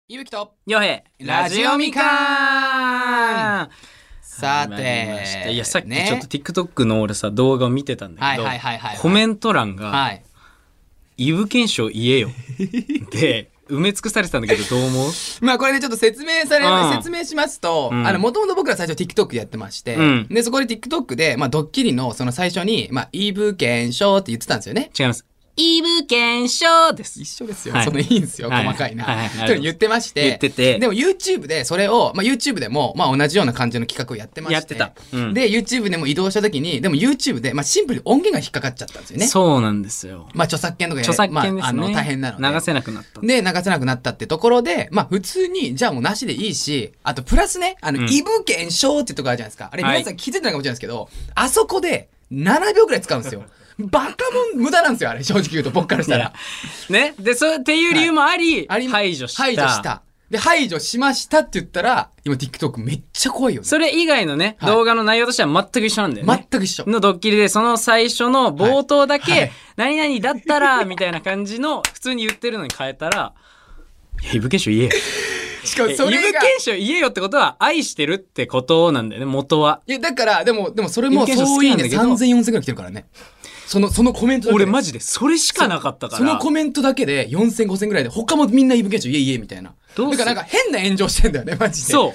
いぶきとよへラジオみかん。 さて、 いやさっきちょっと TikTok の俺さ動画を見てたんだけど、コメント欄が、 はい、 イブ検証言えよで埋め尽くされてたんだけど、どう思う？ まあこれねちょっと説明しますと、もともと僕ら最初 TikTok やってまして、でそこで TikTok で、ドッキリのその最初に、イブ検証って言ってたんですよね。 違います。イブ検証です。 一緒ですよ。 はい、 そのいいんですよ、細かいな。と言ってまして。 言ってて。 でも YouTube でそれを、YouTube でも、同じような感じの企画をやってまして。 やってた。 で、YouTube でも移動した時に、でも YouTube で、シンプルに音源が引っかかっちゃったんですよね。 そうなんですよ。 著作権とか著作権ですね。 大変なので。 流せなくなった。 で、流せなくなったってところで、普通に、じゃあもうなしでいいし、あとプラスね、イブ検証っていうところあるじゃないですか。あれ皆さん気づいてないかもしれないですけど、あそこで7秒くらい使うんですよ。バカも無駄なんですよ、あれ、正直言うと、僕からしたら。 ね。で、そうっていう理由もあり、排除した。 排除した。で、排除しましたって言ったら、今 TikTok めっちゃ怖いよね。 それ以外のね、動画の内容としては全く一緒なんだよね。 全く一緒。 のドッキリで、その最初の冒頭だけ、何々だったら、みたいな感じの、普通に言ってるのに変えたら、イブ検証言えよ。 しかもそれがイブ検証言えよってことは愛してるってことなんだよね、元は。 いや、だから、でもそれもそういいね、3000、4000くらい来てるからね。そのコメントだけで。 俺マジでそれしかなかったから。 そのコメントだけで4000、5000ぐらいで、他もみんなイブ検証言えみたいな。だからなんか変な炎上してんだよね、マジで。 そう。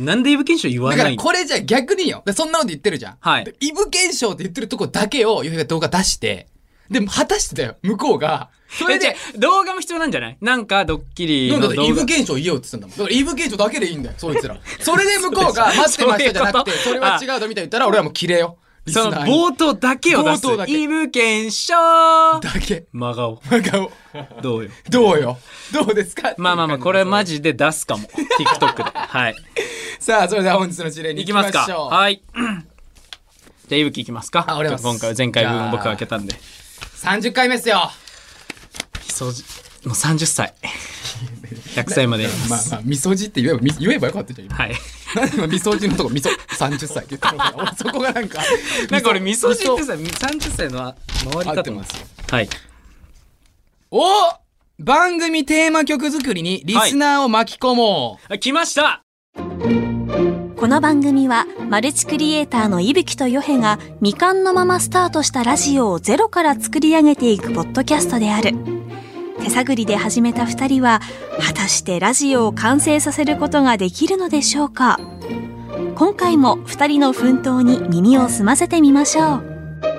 なんでイブ検証言わないの？ だからこれじゃ逆によ。そんなこと言ってるじゃん。 はい。 イブ検証って言ってるとこだけを、ヨヘが動画出して、でも果たしてだよ、向こうが。 それで、動画も必要なんじゃない？なんかドッキリの動画。 なんだイブ検証言えよって言ってたんだもん。だからイブ検証だけでいいんだよ、そいつら。それで向こうが待ってましたじゃなくて、それは違うとみたいに言ったら、俺はもうキレよ。 その冒頭だけを出す。 冒頭だけ。 イブ検証だけ。 真顔。 真顔。 どうよ。 どうよ。どうですか？ まあ、これマジで出すかも。TikTok で。はい。 さあ、それでは本日の事例に行きましょう。 行きますか。はい。じゃあ、イブキ行きますか。 俺は今回は前回分僕が開けたんで。 30回目っすよ。 もう30歳。100歳まで。 みそじって言えばよかったじゃん。 はい。 なんで今みそじのとこみそ30歳って言ったのかな。俺そこがなんか俺みそじってさ30歳の周りかと思うんですよ。はい。 番組テーマ曲作りにリスナーを巻き込もう。 来ました。 この番組はマルチクリエイターの伊吹とヨヘが未完のままスタートしたラジオをゼロから作り上げていくポッドキャストである。手探りで始めた2人は果たしてラジオを完成させることができるのでしょうか。今回も2人の奮闘に耳を澄ませてみましょう。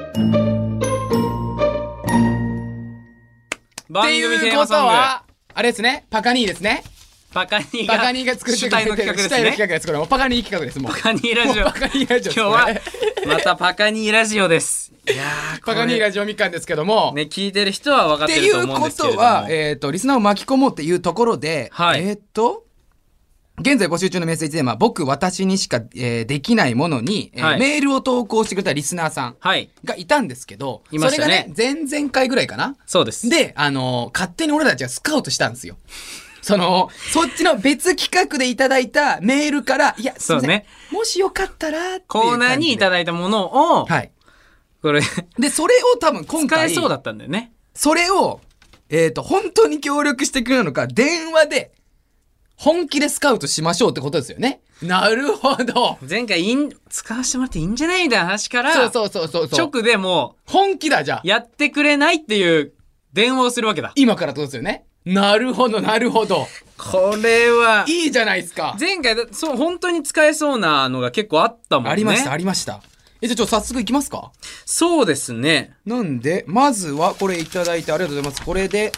番組テーマソング。 っていうことはあれですね、パカニーですね。 パカニーが作ってくれてる主体の企画ですね。パカニー企画です。もうパカニーラジオ。 パカニーラジオ。 今日はまたパカニーラジオです。いやパカニーラジオみかんですけどもね、聞いてる人は分かってると思うんですけれども。 っていうことはリスナーを巻き込もうっていうところで、現在募集中のメッセージテーマ、僕、私にしか、できないものに、メールを投稿してくれたリスナーさんがいたんですけど、 いましたね。 それがね、前々回ぐらいかな。 そうです。 で、勝手に俺たちがスカウトしたんですよ。そっちの別企画でいただいたメールから、いや、すいません、ね、もしよかったらっていうコーナーにいただいたものを、 はい。 これ。 で、それを多分今回。 使えそうだったんだよね。 それを、本当に協力してくれるのか、電話で、本気でスカウトしましょうってことですよね。なるほど。 前回使わせてもらっていいんじゃないみたいな話から、 そう。 直でもう、 本気だ、じゃあ。 やってくれないっていう電話をするわけだ。 今からってことですよね。なるほど。 これは。 いいじゃないですか。 前回、本当に使えそうなのが結構あったもんね。 ありました。じゃあ早速いきますか。 そうですね。 なんで、まずはこれいただいてありがとうございます。これで、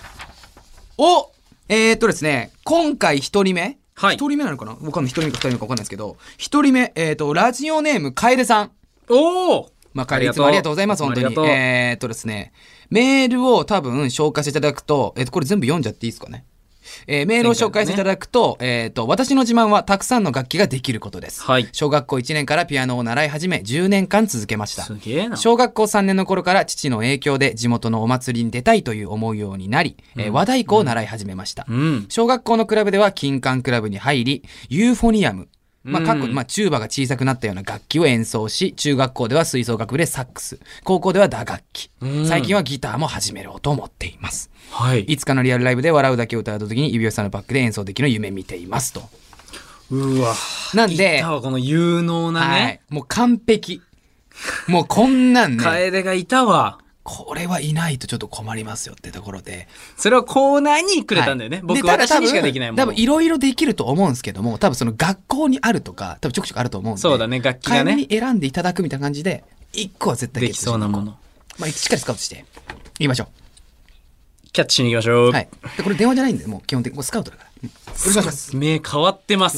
ですね、今回一人目。 はい。 一人目なのかな？わかんない。一人目か二人目かわかんないですけど、一人目、ラジオネーム、カエルさん。カエルいつもありがとうございます、本当に。ですね、メールを多分紹介していただくと、これ全部読んじゃっていいですかね。メールを紹介していただくと、私の自慢はたくさんの楽器ができることです。 はい。 小学校1年からピアノを習い始め、10年間続けました。 すげえな。 小学校3年の頃から父の影響で地元のお祭りに出たいという思うようになり、和太鼓を習い始めました。小学校のクラブでは金管クラブに入り、ユーフォニアムまあ、チューバが小さくなったような楽器を演奏し、中学校では吹奏楽部でサックス、高校では打楽器、最近はギターも始めようと思っています。はい。いつかのリアルライブで笑うだけを歌うときに、指輪さんのバックで演奏できるのを夢見ていますと。 うわ。 なんで、 いたわこの有能なね。 はい。もう完璧。もうこんなんね。 楓がいたわ。 これはいないとちょっと困りますよってところで。 それはコーナーにくれたんだよね。はい、僕私にしかできないもの。 多分いろいろできると思うんですけども、多分その学校にあるとか、多分ちょくちょくあると思うんで。 そうだね、楽器がね。 に選んでいただくみたいな感じで、一個は絶対できそうなもの。 まあ、しっかりスカウトして、いきましょう。 キャッチしに行きましょう。 はい。でこれ電話じゃないんで、もう基本的にスカウトだから。よろしくお願いします。 目変わってます。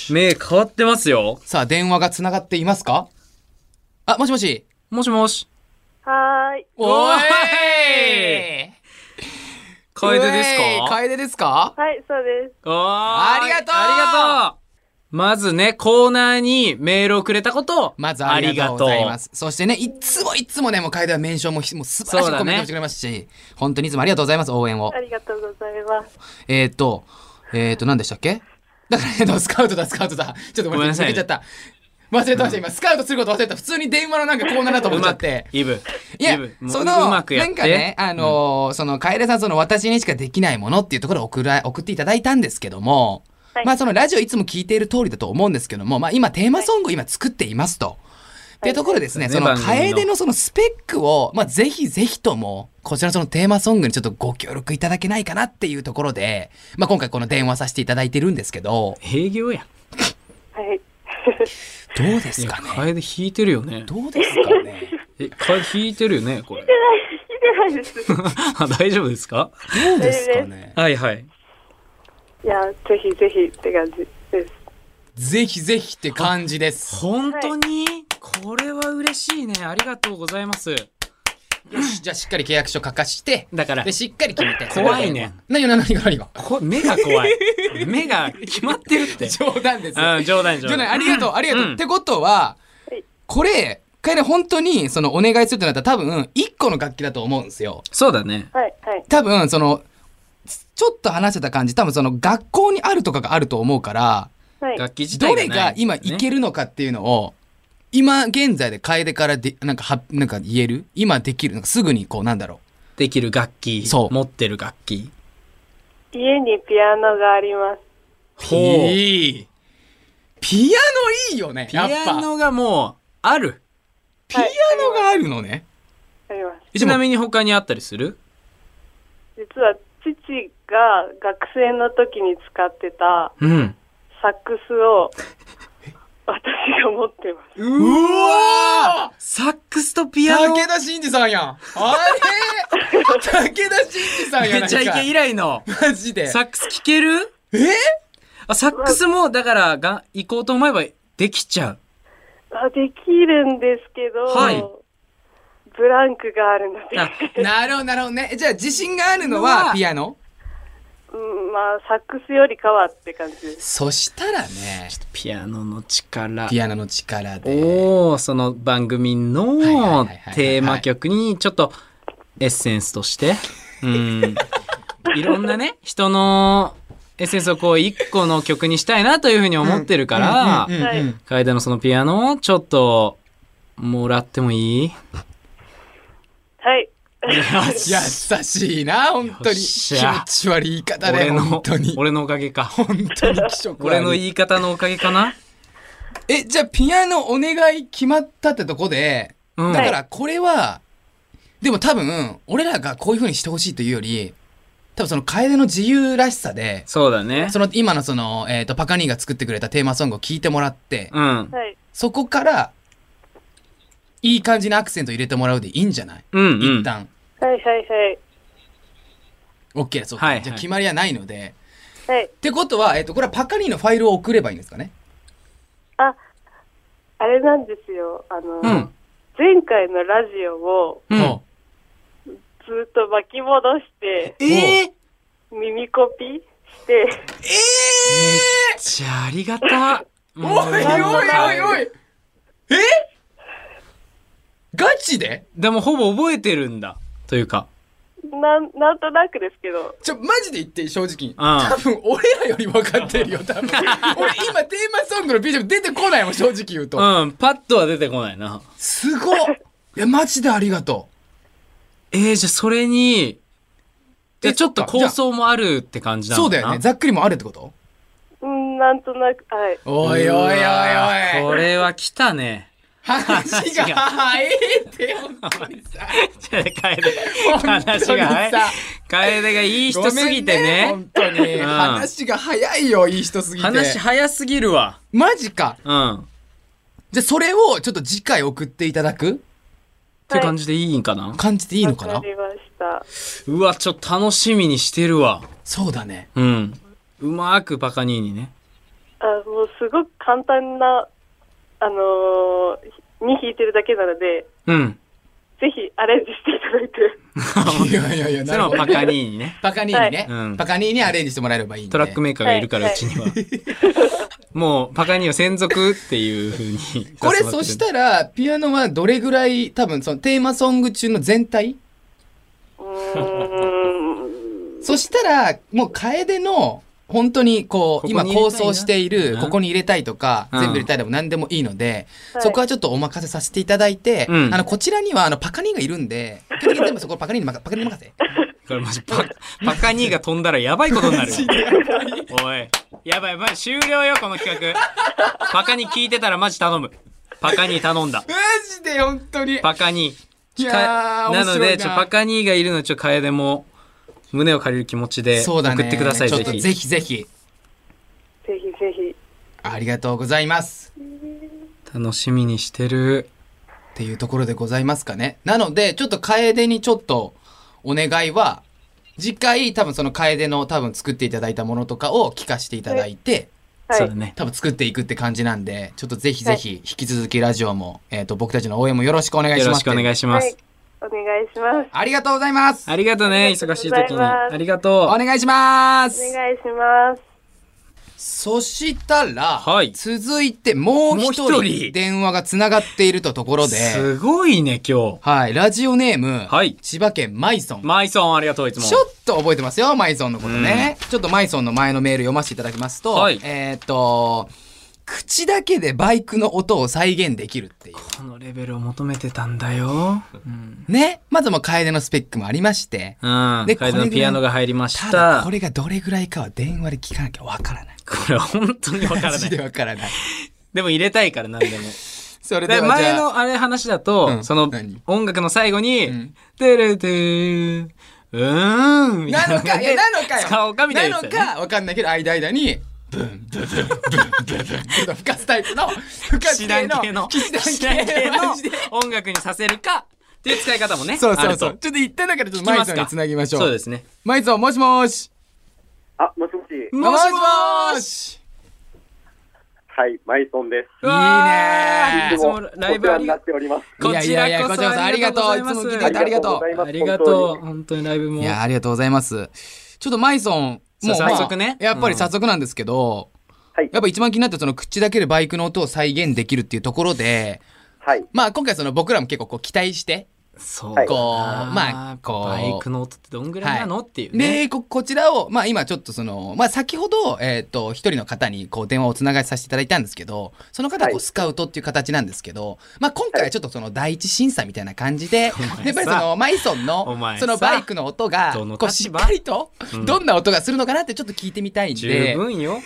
目変わってますよ。 さあ、電話が繋がっていますか？あ、もしもし。 もしもし。 はーい。 おーい楓ですか？ 楓ですか？ はい、そうです。 ありがとう。 ありがとう。まずね、コーナーにメールをくれたことを、 まずありがとうございます。そしてね、いつもね、もう楓はメンションも素晴らしいコメントしてくれますし、本当にいつもありがとうございます、応援を。 ありがとうございます。 何でしたっけ？だから、スカウトだ。ちょっとごめんなさい。忘れちゃった。忘れてました、今。スカウトすること忘れた。普通に電話のなんかコーナーだと思っちゃって。 イブ。 いや、うまくやって。なんかね、その、楓さん、私にしかできないものっていうところを送っていただいたんですけども、はい、まあそのラジオいつも聞いている通りだと思うんですけども、まあ今テーマソングを今作っていますと。っていうところですね、その楓のそのスペックを、まあぜひぜひとも、こちらのそのテーマソングにちょっとご協力いただけないかなっていうところで、まあ今回この電話させていただいてるんですけど。 営業やん。 はい。 どうですかね。 楓弾いてるよね。 どうですかね。 楓弾いてるよね、これ。 弾いてないです。 大丈夫ですか？ どうですかね。 はいはい。 いや、ぜひぜひって感じです。 ぜひぜひって感じです。 本当に、これは嬉しいね。ありがとうございます。 よし、じゃあしっかり契約書書かして、 だからでしっかり決めて。 怖いね。 何が目が怖い。目が決まってるって。 冗談です。 冗談。 ありがとう。ってことは、これ、楓本当にそのお願いするとなったら多分一個の楽器だと思うんですよ。 そうだね。 はい。 多分そのちょっと話してた感じ、多分その学校にあるとかがあると思うから、 楽器自体がない、 どれが今いけるのかっていうのを、今現在で楓からなんか言える？今できる？なんかすぐにこうなんだろう。 できる楽器。 そう。 持ってる楽器。 家にピアノがあります。 ピアノいいよね。 ピアノがもうある。 ピアノがあるのね。 あります。 ちなみに他にあったりする？ 実は父が学生の時に使ってたサックスを私が持ってます。 うわー！ サックスとピアノ。 武田真治さんやん。あれ武田真治さんやん。 めちゃイケ以来の。 マジで。 サックス聴ける？サックスもだから行こうと思えばできちゃう。 できるんですけど、はい、ブランクがあるので。 なるほどね。じゃあ自信があるのはピアノ？ まあサックスよりかはって感じです。 そしたらね、 ちょっとピアノの力で、 その番組のテーマ曲にちょっとエッセンスとして、いろんなね人のエッセンスをこう一個の曲にしたいなというふうに思ってるから、楓のそのピアノをちょっともらってもいい？ はい。 優しいな、本当に。気持ち悪い言い方で、本当に。 俺のおかげか。 本当に気色悪い。 俺の言い方のおかげかな？ じゃあピアノお願い決まったってとこで、だからこれは、でも多分、俺らがこういう風にしてほしいというより、多分その楓の自由らしさで、 そうだね。 その今のその、パカニーが作ってくれたテーマソングを聞いてもらって、そこから、いい感じのアクセント入れてもらうでいいんじゃない？一旦。OK、そうか。じゃあ決まりはないので。ってことは、これはパカニーのファイルを送ればいいんですかね？ あれなんですよ。前回のラジオを、ずっと巻き戻して、耳コピして、 めっちゃありがた。 おいガチで？ でもほぼ覚えてるんだというか。 でなんとなくですけど。 マジで言って正直。多分、俺らより分かってるよ、多分。俺今、テーマソングの BGM 出てこないもん、正直言うと。 パッとは出てこないな。 すごっ。いや、マジでありがとう。じゃあそれに、じゃあちょっと構想もあるって感じなのかな。 そうだよね。ざっくりもあるってこと？ なんとなく、はい。 おいおいおいおい。 これは来たね。 話が早いって、本当にさ。 話が早い。楓がいい人すぎてね。 本当に。話が早いよ、いい人すぎて。 話早すぎるわ。 マジか。じゃあそれをちょっと次回送っていただくって感じでいいんかな？ 感じでいいのかな？ わかりました。 うわ、ちょっと楽しみにしてるわ。 そうだね。 うまくパカニーにね。 もうすごく簡単な、に弾いてるだけなので、ぜひアレンジしていただいて。 いや、 それもパカニーにね。 パカニーにね。パカニーにアレンジしてもらえればいいんで。 トラックメーカーがいるから、うちには。もう、パカニーを専属っていう風に。 これ、そしたら、ピアノはどれぐらい、多分、そのテーマソング中の全体？そしたら、もう、楓の、本当にこう今構想しているここに入れたいとか全部入れたいでも何でもいいのでそこはちょっとお任せさせていただいてこちらにはパカニーがいるんで全部そこパカニーに任せ。 これマジパカニーが飛んだらやばいことになるよ。おいやばい終了よこの企画。パカニー聞いてたらマジ頼む。パカニー頼んだ。 マジで本当に。 パカニー。なのでパカニーがいるので楓も。胸を借りる気持ちで送ってください。 ちょっとぜひ。 ぜひ。 ありがとうございます。 楽しみにしてる。 っていうところでございますかね。なので、ちょっと楓にちょっとお願いは、次回多分その楓の多分作っていただいたものとかを聞かせていただいて、 そうだね。 多分作っていくって感じなんで、ちょっとぜひ引き続きラジオも、僕たちの応援もよろしくお願いします。 よろしくお願いします。 お願いします。 ありがとうございます。 ありがとうね、忙しい時に。ありがとう。 お願いします。 お願いします。 そしたら、 はい、 続いてもう一人電話がつながっているところで。 すごいね、今日。 はい、ラジオネーム、 はい、 千葉県マイソン。 マイソン、ありがとう、いつも。 ちょっと覚えてますよ、マイソンのことね。ちょっとマイソンの前のメール読ませていただきますと、 はい、 口だけでバイクの音を再現できるっていう。 このレベルを求めてたんだよ。 ね。まずも楓のスペックもありまして。 で、楓のピアノが入りました。 ただこれがどれぐらいかは電話で聞かなきゃわからない。 これは本当にわからない。 マジでわからない。 でも入れたいから何でも。 それでは前のあれ話だと、その音楽の最後に、てれてー、みたいな。 なのかよ。 使おうかみたいな。 なのかわかんないけど、間に、ブンブンブンブンブンブン吹かすタイプの騎士団系の音楽にさせるかっていう使い方もね。 そうちょっと一旦だからちょっとマイソンにつなぎましょう。 そうですね。 マイソン、もしもし。 もしもし。 もしもし。 はい、マイソンです。 いいねいつもライブになっております。 こちらこそありがとう。いつも聞いてくれてありがとう。 ありがとう。本当にライブも。 いや、ありがとうございます。ちょっとマイソン、 もう早速ね。 やっぱり早速なんですけど、やっぱ一番気になったその口だけでバイクの音を再現できるっていうところで、まあ今回その僕らも結構こう期待して、 そうまあこうバイクの音ってどんぐらいなのっていうね。 でこちらをまあ今ちょっとそのまあ先ほど一人の方にこう電話をつながりさせていただいたんですけど、その方はこうスカウトっていう形なんですけど、まあ今回はちょっとその第一審査みたいな感じで、やっぱりそのマイソンのそのバイクの音がこうしっかりとどんな音がするのかなってちょっと聞いてみたいんで。 十分よ。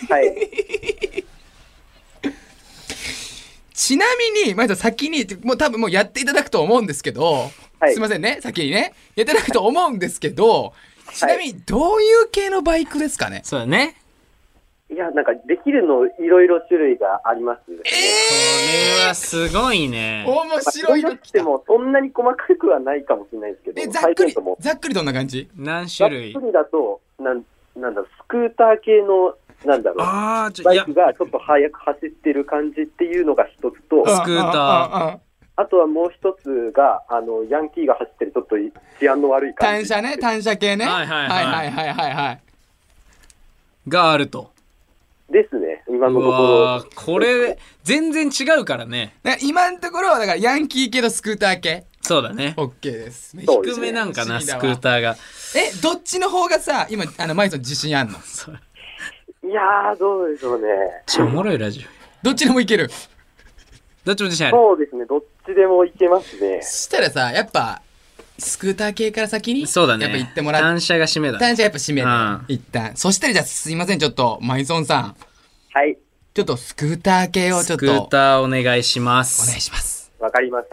ちなみに、まず先に、もう多分もうやっていただくと思うんですけど、すいませんね、先にね、やっていただくと思うんですけど、ちなみにどういう系のバイクですかね？ そうだね。 いや、なんかできるのいろいろ種類があります。これはすごいね。 面白いの来た。 でもそんなに細かくはないかもしれないですけど、 ざっくりどんな感じ？ 何種類？ ざっくりだと、なんだ、スクーター系の、なんだろう、バイクがちょっと速く走ってる感じっていうのが一つと、 スクーター。 あとはもう一つが、ヤンキーが走ってるちょっと治安の悪い感じ。 単車系ね。 はい。があると。 ですね、今のところ。 これ、全然違うからね。 今のところは、だからヤンキー系とスクーター系。 そうだね。 オッケーです。 低めなんかな、スクーターが。 どっちの方がさ、今、マイソン自信あんの？ いやー、どうでしょうね。 おもろいラジオ。 どっちでもいける？ どっちも自信ある？ そうですね、どっちでもいけますね。 そしたらさ、やっぱ、スクーター系から先に、 そうだね。 やっぱ行ってもらって。 単車が締めだ。 単車やっぱ締めだ。一旦。そしたらじゃあすいません、ちょっと、マイソンさん。 はい。 ちょっとスクーター系をちょっと。 スクーターお願いします。 お願いします。 わかりました。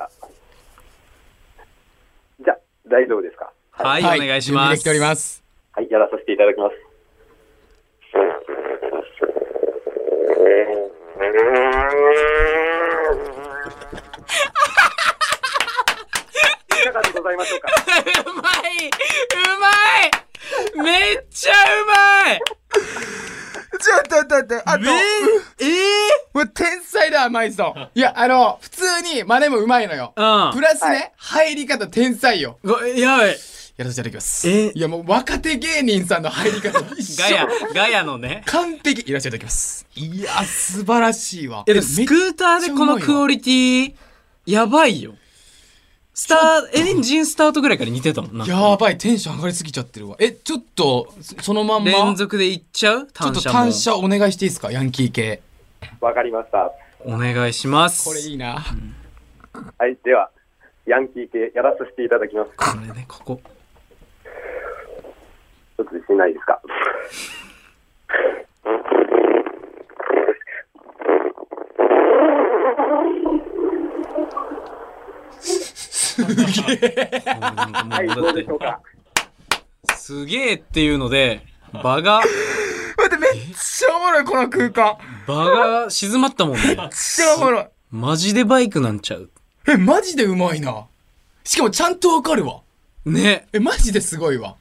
じゃあ、大丈夫ですか？ はい、お願いします。 準備できております。 はい、やらさせていただきます。いかがでございましょうか？ うまいめっちゃうまいちょっと待って、あと、もう天才だ、マイソン。いや、普通に真似もうまいのよ。プラスね、入り方天才よ。 やばい。 やらせていただきます。いや、もう若手芸人さんの入り方一緒。 ガヤのね。 完璧。やらせていただきます。いや、素晴らしいわ。 スクーターでこのクオリティ、やばいよ。エンジンスタートぐらいから似てたもんな。 やばい、テンション上がりすぎちゃってるわ。ちょっと、そのまんま。 連続でいっちゃう？ ちょっと単車お願いしていいですか？ヤンキー系。 わかりました。 お願いします。 これいいな。 はい、では、ヤンキー系やらさせていただきます。 これね、ここ。 ちょっと自信ないですか？はい、どうでしょうか？ すげえっていうので、場が。 待って、めっちゃおもろい、この空間。 場が静まったもんね。 めっちゃおもろい。 マジでバイクなんちゃう？ マジでうまいな。しかもちゃんとわかるわ。 ね。 マジですごいわ。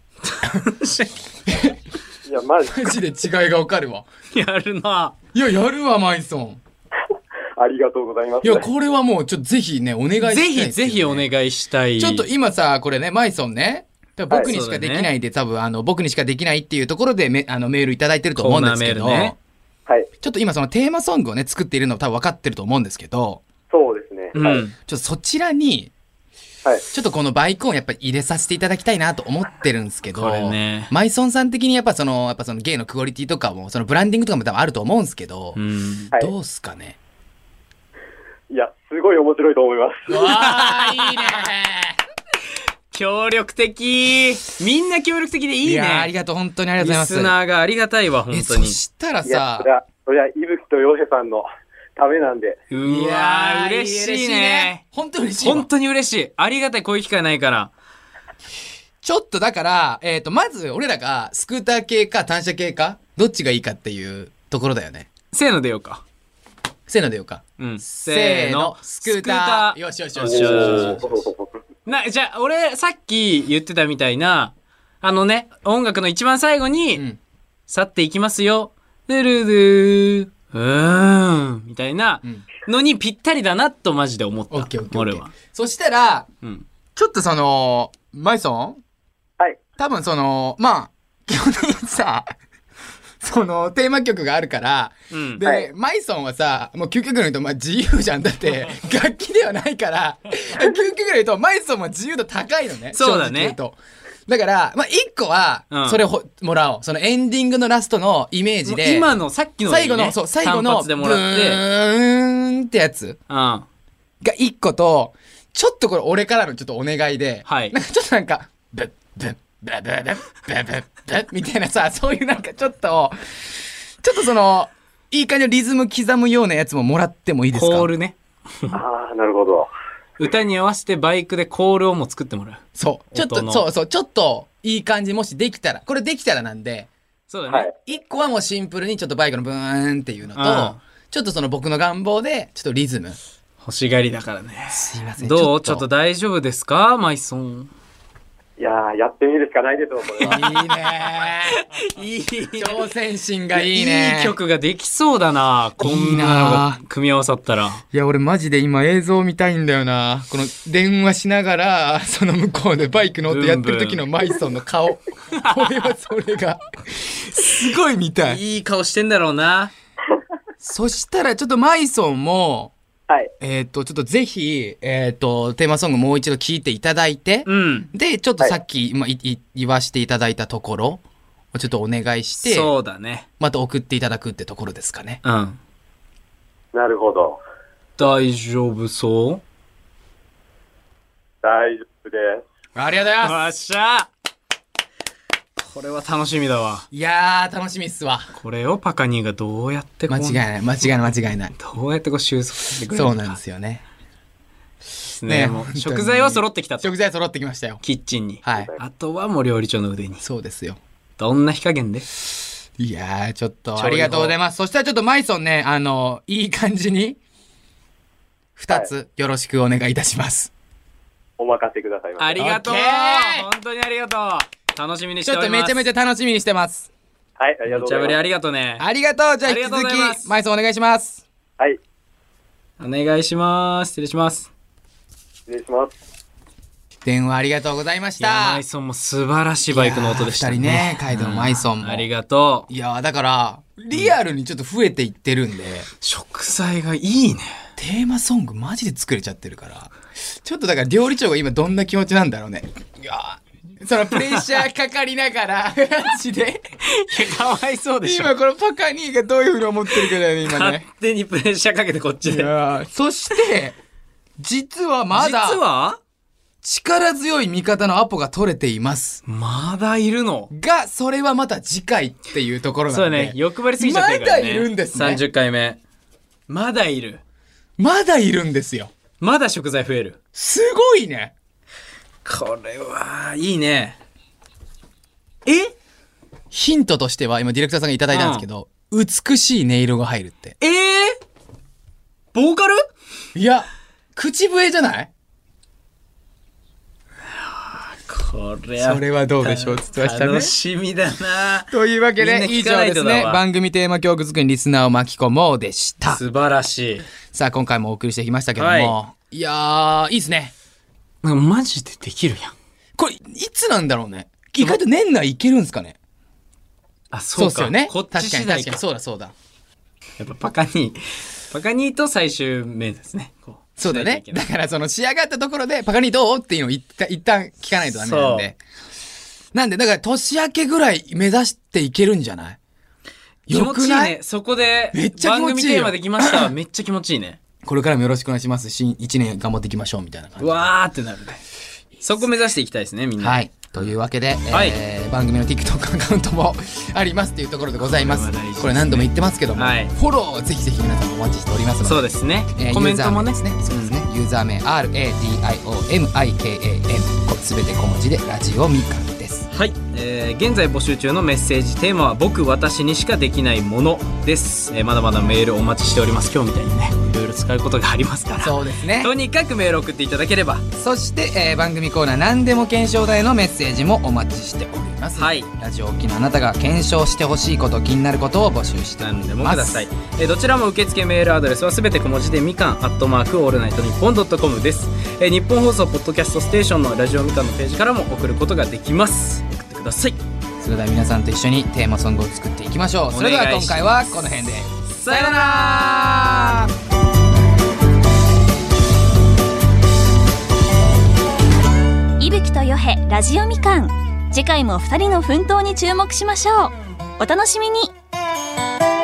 いや、マジで違いがわかるわ。 やるな。 いや、やるわ、マイソン。 ありがとうございます。 いや、これはもう、ちょっとぜひね、お願いしたい、ね。 ぜひお願いしたい。 ちょっと今さ、これね、マイソンね、僕にしかできないんで、多分、僕にしかできないっていうところでメールいただいてると思うんですけど、 ね、 はい。 ちょっと今そのテーマソングをね、作っているの多分分かってると思うんですけど、 そうですね。はい。 ちょっとそちらに、はい、ちょっとこのバイク音やっぱり入れさせていただきたいなと思ってるんですけど、 ね、 マイソンさん的にやっぱその芸のクオリティとかも、そのブランディングとかも多分あると思うんですけど、どうすかね。 いや、すごい面白いと思います。 わー、いいね協力的。みんな協力的でいいね。いや、 ありがとう、本当にありがとうございます。 リスナーがありがたいわ、本当に。 そしたらさ、 それは、いぶきとよへさんのためなんで。 うわー、嬉しいね。 本当に嬉しい。 本当に嬉しい。ありがたい、こういう機会ないから。 ちょっとだから、まず俺らがスクーター系か単車系か、どっちがいいかっていうところだよね。 せーのでようか。 せーのでようか。 うん。せーの、 スクーター。よしよしよしよしよし。 じゃあ、俺、さっき言ってたみたいな、音楽の一番最後に、去っていきますよ。ドゥルドゥみたいなのにぴったりだなとマジで思った。俺は。 そしたら、ちょっとマイソン？ はい。 多分まあ、基本的にさ、テーマ曲があるから、で、はい、マイソンはさ、もう究極に言うと、まあ自由じゃん。だって、楽器ではないから、究極に言うと、マイソンは自由度高いのね。 そうだね。 だから、まあ一個は、それをもらおう。そのエンディングのラストのイメージで。 今の、さっきの、ね、 最後の、そう、最後の、ブーンってやつ。が一個と、ちょっとこれ俺からのちょっとお願いで、 はい。 なんかちょっとなんか、ブッ、ブッ、ブッ、ブッ、ブッ、ブッ、ブッ、ブッ、みたいなさ、そういうなんかちょっといい感じのリズム刻むようなやつももらってもいいですか？ コールね。 ああ、なるほど。 歌に合わせてバイクでコールをも作ってもらう。 そう。ちょっと、そう、ちょっといい感じもしできたら、これできたらなんで、 そうだね。 一個はもうシンプルにちょっとバイクのブーンっていうのと、ちょっと僕の願望で、ちょっとリズム。 欲しがりだからね。 すいません。 どう？ちょっと大丈夫ですか？マイソン。 いやー、やってみるしかないですよ、これは。いいねー。いい。挑戦心がいいね。 いい曲ができそうだな。こんなのが組み合わさったら。 いや、俺マジで今映像見たいんだよな。この電話しながら、その向こうでバイク乗ってやってる時のマイソンの顔。俺はそれが、すごい見たい。 いい顔してんだろうな。 そしたらちょっとマイソンも、 はい。 ちょっとぜひ、テーマソングもう一度聴いていただいて、で、ちょっとさっき、言わせていただいたところをちょっとお願いして、 そうだね。 また送っていただくってところですかね。 なるほど。 大丈夫そう？ 大丈夫です。 ありがとうございます。 よっしゃ！これは楽しみだわ。 いやー、楽しみっすわ。 これをパカニーがどうやって間違いない。どうやって収束してくれるのか。 そうなんですよね。 ね、もう食材は揃ってきたと。 食材揃ってきましたよ。 キッチンに。 はい。 あとはもう料理長の腕に。 そうですよ。 どんな火加減で？ いやー、ちょっとありがとうございます。そしたらちょっとマイソンね、いい感じに、2つよろしくお願いいたします。 お任せくださいませ。 ありがとう。本当にありがとう。楽しみにしております。 ちょっとめちゃめちゃ楽しみにしてます。 はい、ありがとうございます。 無茶ぶりありがとうね。 ありがとう。じゃあ引き続き、マイソンお願いします。 はい。 お願いします。失礼します。 失礼します。 電話ありがとうございました。 マイソンも素晴らしいバイクの音でしたね。 2人ね、カイドウマイソンも。 ありがとう。 いやだから、リアルにちょっと増えていってるんで。 食材がいいね。 テーマソングマジで作れちゃってるから。ちょっとだから料理長が今どんな気持ちなんだろうね。いやそのプレッシャーかかりながら、マジで。 いや、かわいそうでしょ。 今このパカニーがどういう風に思ってるかだよね、今ね。 勝手にプレッシャーかけてこっちで。 そして、実はまだ、力強い味方のアポが取れています。 まだいるのが、それはまた次回っていうところなんで。 そうね、欲張りすぎちゃってるからね。 まだいるんですね。 30回目。まだいる。 まだいるんですよ。 まだ食材増える。 すごいね。 これは、いいね。 ヒントとしては、今ディレクターさんがいただいたんですけど、美しい音色が入るって。 ボーカル？ いや、口笛じゃない？ これそれはどうでしょうつってましたね。 楽しみだな。 というわけで、以上ですね。番組テーマ曲作りにリスナーを巻き込もうでした。 素晴らしい。 さあ、今回もお送りしてきましたけども。いやー、いいですね。 マジでできるやん。 これ、いつなんだろうね。意外と年内いけるんですかね。 そうですよね。 こっち次第か。 確かに、そうだ。 やっぱパカニーと最終面ですね。 そうだね。だからその仕上がったところで、パカニーどうっていうのを一旦聞かないとダメなんで。なんで、だから年明けぐらい目指していけるんじゃない？ よくない？ね。そこで番組テーマできました。めっちゃ気持ちいいね。 これからもよろしくお願いします。1年頑張っていきましょうみたいな感じ。 わーってなるね。そこ目指していきたいですね、みんな。 はい。というわけで、番組の TikTok アカウントもありますというところでございます。これ何度も言ってますけども、フォローぜひぜひ皆さんお待ちしておりますので。 そうですね。コメントもね。 そうですね。ユーザー名 RADIOMIKAN すべて小文字でラジオみかんです。 はい、現在募集中のメッセージテーマは僕私にしかできないものです、まだまだメールお待ちしております。今日みたいにねいろいろ使うことがありますから。 そうですね。 とにかくメール送っていただければ。 そして、番組コーナー何でも検証台のメッセージもお待ちしております。はい、ラジオ沖のあなたが検証してほしいこと気になることを募集しております。 何でもください。どちらも受付メールアドレスはすべて小文字でみかん@allnightnippon.com です。日本放送ポッドキャストステーションのラジオみかんのページからも送ることができます。送ってください。 それでは皆さんと一緒にテーマソングを作っていきましょう。それでは今回はこの辺でさよなら。 伊吹とよへラジオみかん、次回も2人の奮闘に注目しましょう。お楽しみに。